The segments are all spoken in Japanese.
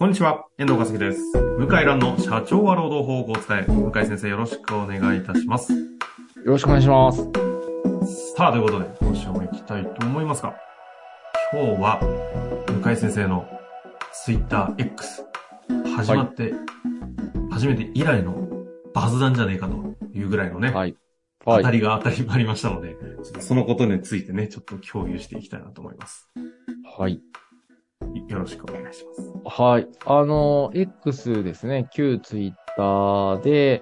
こんにちは、遠藤和樹です。向井蘭の社長は労働法をお伝え。向井先生よろしくお願いいたします。 よろしくお願いします。 さあ、ということで、今週も行きたいと思いますが、今日は、向井先生の TwitterX 始まって、初めて以来のバズなんじゃねえかというぐらいのね、当たりが当たりましたので、ちょっとそのことについてね、ちょっと共有していきたいなと思います。 はい。 よろしくお願いします。 はい。X ですね。旧ツイッターで、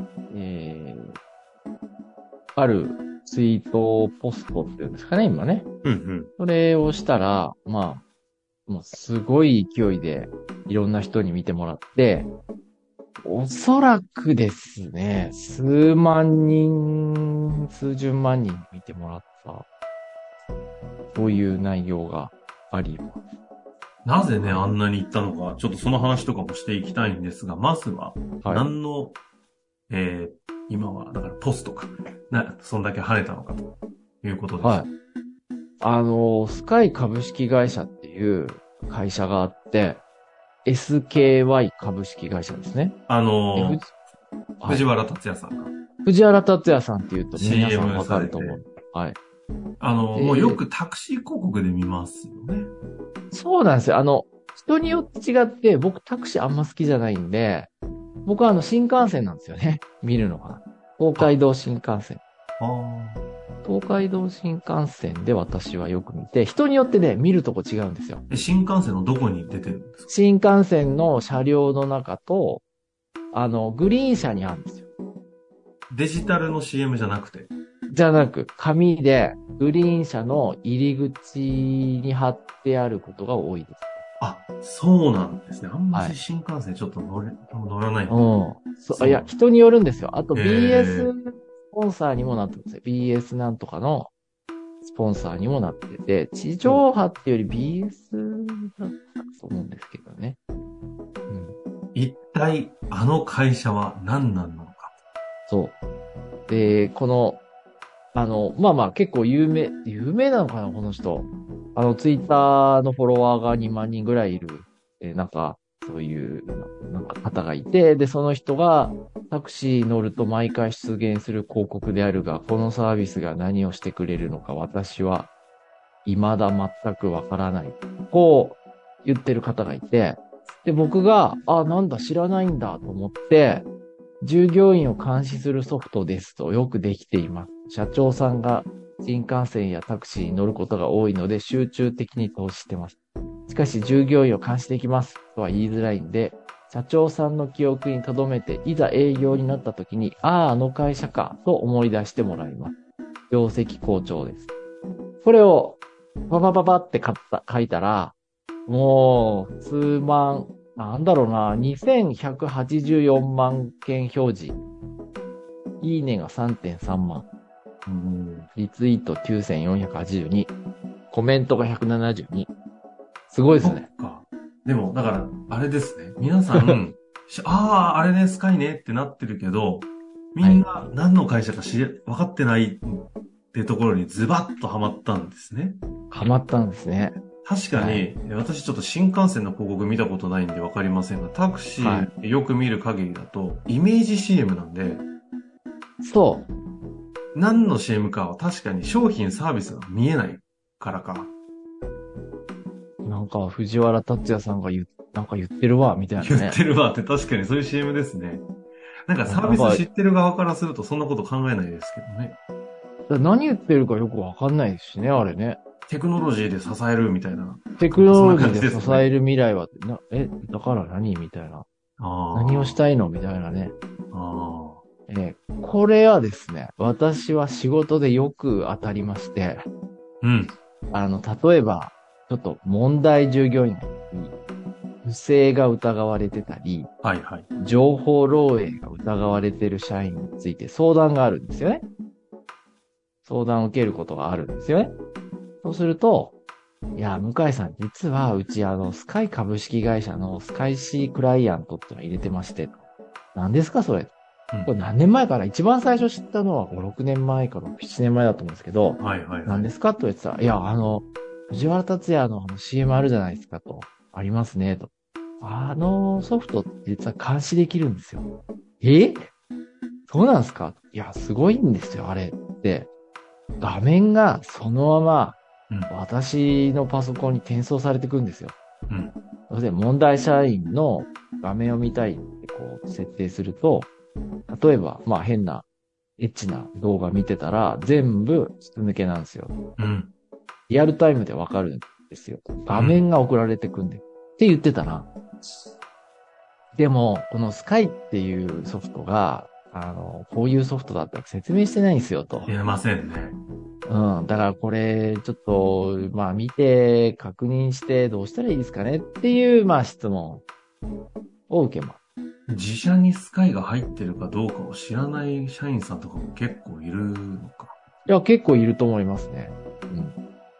あるツイートポストっていうんですかね、今ね。それをしたら、もうすごい勢いでいろんな人に見てもらって、おそらくですね、数万人、数十万人見てもらった、そういう内容があります。 なぜね、あんなに言ったのか、ちょっとその話とかもしていきたいんですが、まずは、何の、今は、だからポストか、そんだけ跳ねたのかということです。 はい。スカイ株式会社っていう会社があって、SKY 株式会社ですね。 藤原竜也さんが。 藤原竜也さんっていうと皆さんわかると思う。はい。 もうよくタクシー広告で見ますよね。 そうなんですよ。人によって違って、僕タクシーあんま好きじゃないんで、僕は新幹線なんですよね。見るのが。東海道新幹線。東海道新幹線で私はよく見て、人によってね、見るとこ違うんですよ。 新幹線のどこに出てるんですか？ 新幹線の車両の中と、グリーン車にあるんですよ。 デジタルの CM じゃなくて？ じゃなく、紙でグリーン車の入り口に貼ってあることが多いです。 あ、そうなんですね。あんまり新幹線ちょっと乗らない。 いや、人によるんですよ。あと BS スポンサーにもなってますよ。BS なんとかのスポンサーにもなってて、地上波っていうより BS だったと思うんですけどね。 一体、あの会社は何なのか。 そう。で、結構有名なのかな、この人。ツイッターのフォロワーが2万人ぐらいいる、そういう、方がいて、で、その人が、タクシー乗ると毎回出現する広告であるが、このサービスが何をしてくれるのか、私は、未だ全くわからない。こう、言ってる方がいて、で、僕が、なんだ、知らないんだと思って、従業員を監視するソフトですとよくできています。社長さんが新幹線やタクシーに乗ることが多いので集中的に投資してます。しかし従業員を監視できますとは言いづらいんで、社長さんの記憶に留めて、いざ営業になった時に、あの会社かと思い出してもらいます。業績好調です。これをパパパパって書いたら、もう数万、2184万件表示。いいねが 3.3 万。リツイート9482。コメントが172。すごいですね。 でも、だから、あれですね。皆さん、あれね、スカイねってなってるけど、みんな何の会社か分かってないってところにズバッとハマったんですね。 ハマったんですね。 確かに、私ちょっと新幹線の広告見たことないんでわかりませんが、タクシーよく見る限りだと、イメージ CM なんで、 そう。 何の CM かは確かに商品サービスが見えないからか。 なんか藤原竜也さんが言ってるわ、みたいなね。 言ってるわって確かにそういう CM ですね。なんかサービス知ってる側からするとそんなこと考えないですけどね。 何言ってるかよくわかんないですしね、あれね。 テクノロジーで支えるみたいな。 テクノロジーで支える未来は、だから何みたいな。何をしたいのみたいなね。これはですね、私は仕事でよく当たりまして、例えば、ちょっと問題従業員に不正が疑われてたり、情報漏洩が疑われてる社員について相談があるんですよね。相談を受けることがあるんですよね。そうすると、いや、向井さん、実はうちスカイ株式会社のスカイシークライアントってのを入れてまして、何ですかそれ。これ何年前かな一番最初知ったのは5、6年前か6、7年前だと思うんですけど、何ですかと言ってたら、いや、藤原竜也のCM あるじゃないですかと。ありますね、と。 あのソフトって実は監視できるんですよ。えそうなんですか？いや、すごいんですよ、あれって。画面がそのままうん。 私のパソコンに転送されてくんですよ。 うん。 それで問題社員の画面を見たいってこう設定すると、例えば、まあ変なエッチな動画見てたら全部筒抜けなんですよ。 うん。 リアルタイムでわかるんですよ。画うん。 面が送られてくんで。って言ってたな。でも、このスカイっていうソフトが、こういうソフトだったら説明してないんですよと。 出ませんね。 うん。だからこれ、ちょっと、まあ見て、確認してどうしたらいいですかねっていう、まあ質問を受けます。 自社にスカイが入ってるかどうかを知らない社員さんとかも結構いるのか。 いや、結構いると思いますね。うん。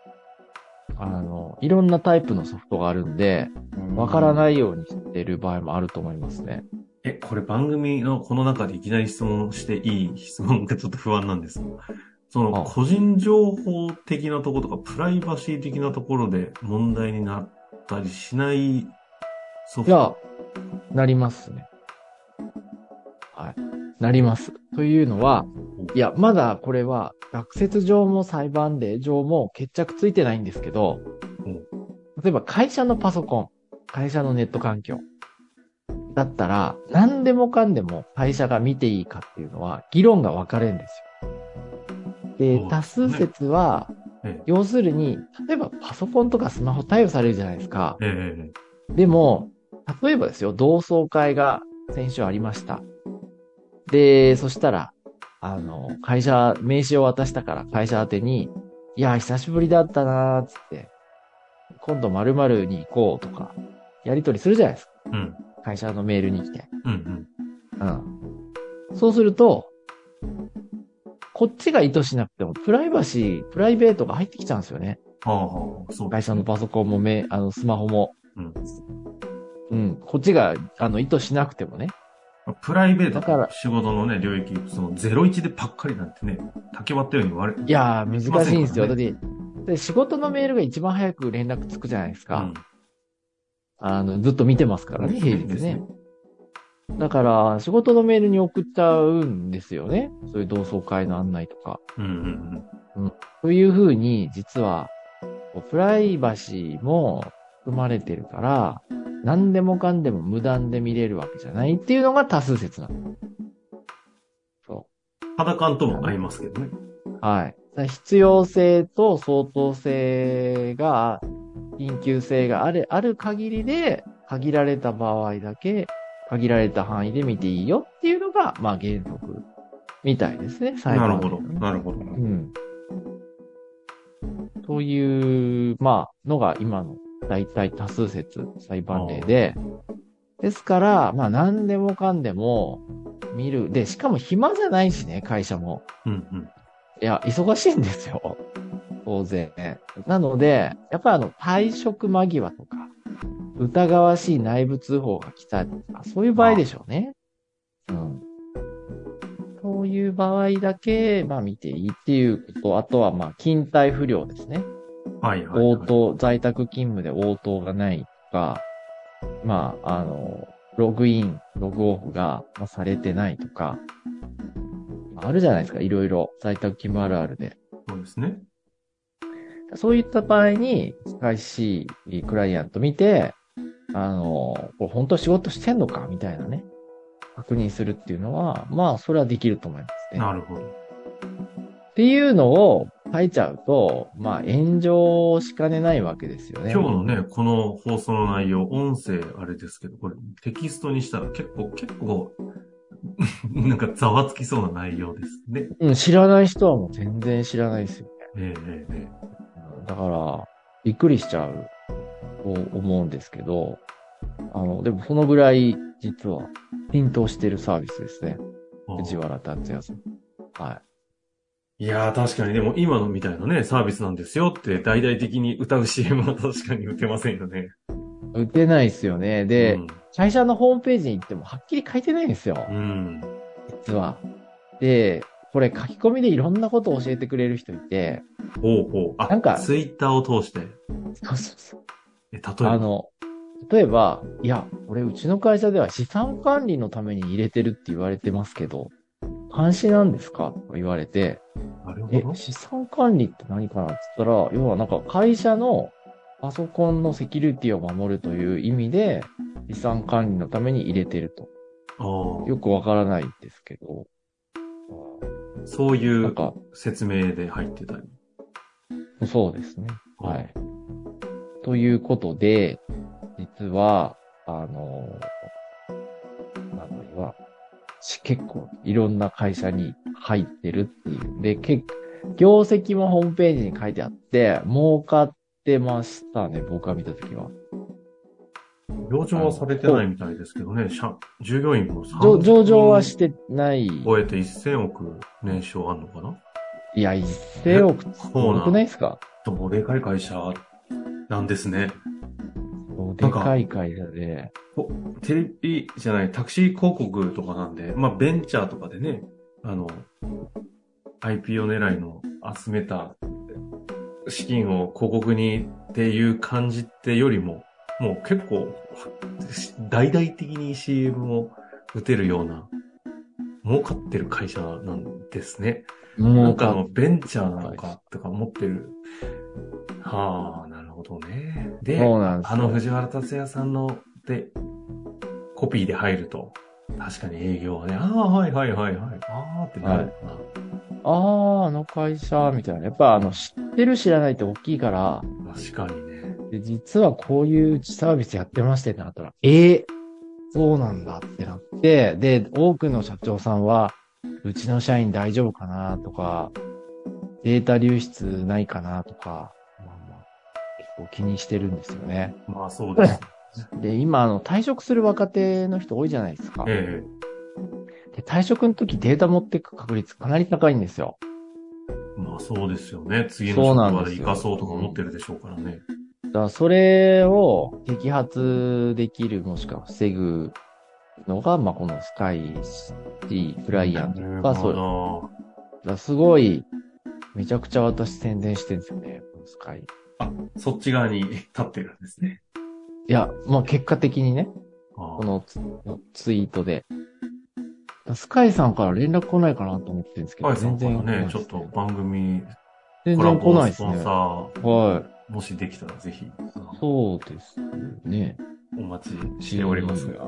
いろんなタイプのソフトがあるんで、わからい。 ないようにしてる場合もあると思いますね。 これ番組のこの中でいきなり質問していい質問がちょっと不安なんですが、そのあ、 個人情報的なところとかプライバシー的なところで問題になったりしないソフト。 いや、なりますね。はい。なります。というのは、いや、まだこれは学説上も裁判例上も決着ついてないんですけど、例えば会社のパソコン、会社のネット環境だったら、何でもかんでも会社が見ていいかっていうのは議論が分かれるんですよ。で、 そう多数ですよね。 説は、 え要するに、例えばパソコンとかスマホ対応されるじゃないですか。 え、ええ、 でも、例えばですよ、同窓会が先週ありました。で、そしたら、名刺を渡したから会社宛てに、いや、久しぶりだったなーっつって、今度〇〇に行こうとか、やりとりするじゃないですか。 うん、 会社のメールに来て。 うん、 うん。そうすると、こっちが意図しなくても、プライバシー、プライベートが入ってきちゃうんですよね。 はあ、はあ、そうですね。 会社のパソコンもスマホも。 うん。 うん。こっちが、意図しなくてもね。 プライベートだから、 と仕事のね、領域、その01でパッカリなんてね、竹割ったようにいやー、 できま難しいんですよ。だせんからね。 って、で仕事のメールが一番早く連絡つくじゃないですか。 うん。 ずっと見てますからね、 ですね、 平日ね。 ですね。 だから、仕事のメールに送っちゃうんですよね。そういう同窓会の案内とか。 うん、うん、 うん。というふうに、実は、プライバシーも含まれてるから、何でもかんでも無断で見れるわけじゃないっていうのが多数説なの。そうん。肌感とう。 も合いますけどね。 はい。必要性と相当性が、緊急性がある限りで、限られた場合だけ、限られた範囲で見ていいよっていうのが、まあ原則みたいですね、裁なるほど、 判で、ね。 なるほど。 うん。という、まあ、のが今の大体多数説裁判例で、ですから、まあ何でもかんでも見る。で、しかも暇じゃないしね、会社も。 うん、うん。 いや、忙しいんですよ。当然。なので、やっぱり退職間際とか、疑わしい内部通報が来たりとか、そういう場合でしょうね。うん。そういう場合だけ、まあ見ていいっていうこと。あとは、まあ、勤怠不良ですね。 はい、はい、はい。 応答、在宅勤務で応答がないとか、まあ、ログイン、ログオフが、まあ、されてないとか、あるじゃないですか。いろいろ在宅勤務あるあるで。 そうですね。 そういった場合に、使いしいクライアント見て、これ本当仕事してんのかみたいなね。確認するっていうのは、まあ、それはできると思いますね。 なるほど。 っていうのを書いちゃうと、まあ、炎上しかねないわけですよね。 今日のね、この放送の内容、音声あれですけど、これテキストにしたら結構、なんかざわつきそうな内容ですね。 うん、知らない人はもう全然知らないですよええ、ええ、えね。だから、びっくりしちゃうと思うんですけど、でもそのぐらい、実は、浸透してるサービスですね。 え。 藤原達也さん。はいやー、確かに、でも今のみたいなね、サービスなんですよって大々的に歌う CM は確かに打てませんよね。 い。打てないですよね。で、 うん。 会社のホームページに行ってもはっきり書いてないんですよ。 うん。 実は。で、これ書き込みでいろんなことを教えてくれる人いて、 ほうほう。あ、 なんか、 ツイッターを通して。 そうそうそう。 例えば。 例えば、いや、俺うちの会社では資産管理のために入れてるって言われてますけど、監視なんですかとか言われて、 なるほど。 資産管理って何かなって言ったら、要はなんか会社のパソコンのセキュリティを守るという意味で、資産管理のために入れてると。 あよくわからないんですけど。 あ、そういうなんか、 説明で入ってたり。 そうですね。はい。ということで、実は、なんだろう結構いろんな会社に入ってるっていう。で、業績もホームページに書いてあって、儲かってましたね、僕が見たときは。 上場はされてないみたいですけどね、従業員も30 上場はしてない。 超えて1000億年商あんのかな。 いや、1000億すごくないですか？ どでかい会社なんですね。 でかい会社で。 テレビじゃない、タクシー広告とかなんで、まあベンチャーとかでね、IPO 狙いの集めた資金を広告にっていう感じってよりも、もう結構、大々的に CM を打てるような、儲かってる会社なんですね。なんかベンチャーなのかとか思ってる。はあ、なるほどね。で、藤原竜也さんので、コピーで入ると、確かに営業はね、ああ、はいはいはいはい、ああってなるかな。 あの会社、みたいな。やっぱ知ってる知らないって大きいから。 確かにね。 で、実はこういうサービスやってましてってなったら、そうなんだってなって、で、多くの社長さんは、うちの社員大丈夫かなとか、データ流出ないかなとか、結構気にしてるんですよね。 まあそうです。 で、今、退職する若手の人多いじゃないですか。 で、 退職の時データ持っていく確率かなり高いんですよ。 まあそうですよね。次の職場で活かそうとか思ってるでしょうからね。 だからそれを摘発できる、もしくは防ぐのが、まあ、このスカイクライアントとか、そうだすごい、めちゃくちゃ私宣伝してるんですよね、このスカイ。 あ、そっち側に立ってるんですね。 いや、まあ、結果的にね、このツイートで。スカイさんから連絡来ないかなと思ってるんですけど、 全然ね、ちょっと番組、 全然来ないですね。 スポンサー、 はい。 もしできたらぜひ。 そうですね。 お待ちしておりますが。 はい。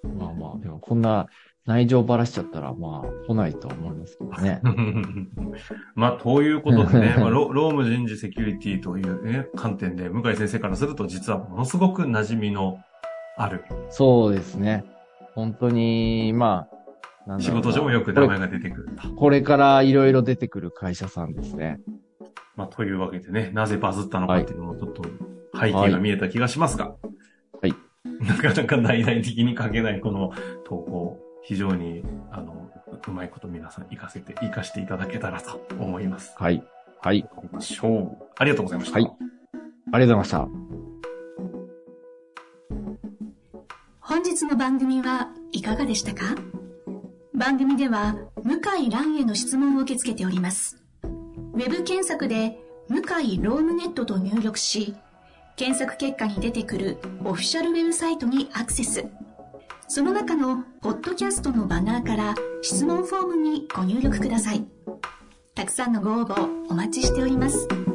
まあまあ、でもこんな内情ばらしちゃったら、まあ、来ないと思いますけどね。 まあ、ということでね、ローム人事セキュリティというね、観点で、向井先生からすると実はものすごく馴染みのある。 そうですね。本当に、まあ、 仕事上もよく名前が出てくると。 これからいろいろ出てくる会社さんですね。 まあ、というわけでね、なぜバズったのかっていうのもちょっと背景が見えた気がしますが。 はい。 なかなか大々的に書けないこの投稿、非常に、うまいこと皆さん活かしていただけたらと思います。 はい。はい。 行きましょう。ありがとうございました。 はい。ありがとうございました。 本日の番組はいかがでしたか？番組では向井蘭への質問を受け付けております。ウェブ検索で向井ロームネットと入力し、検索結果に出てくるオフィシャルウェブサイトにアクセス。その中のポッドキャストのバナーから質問フォームにご入力ください。たくさんのご応募お待ちしております。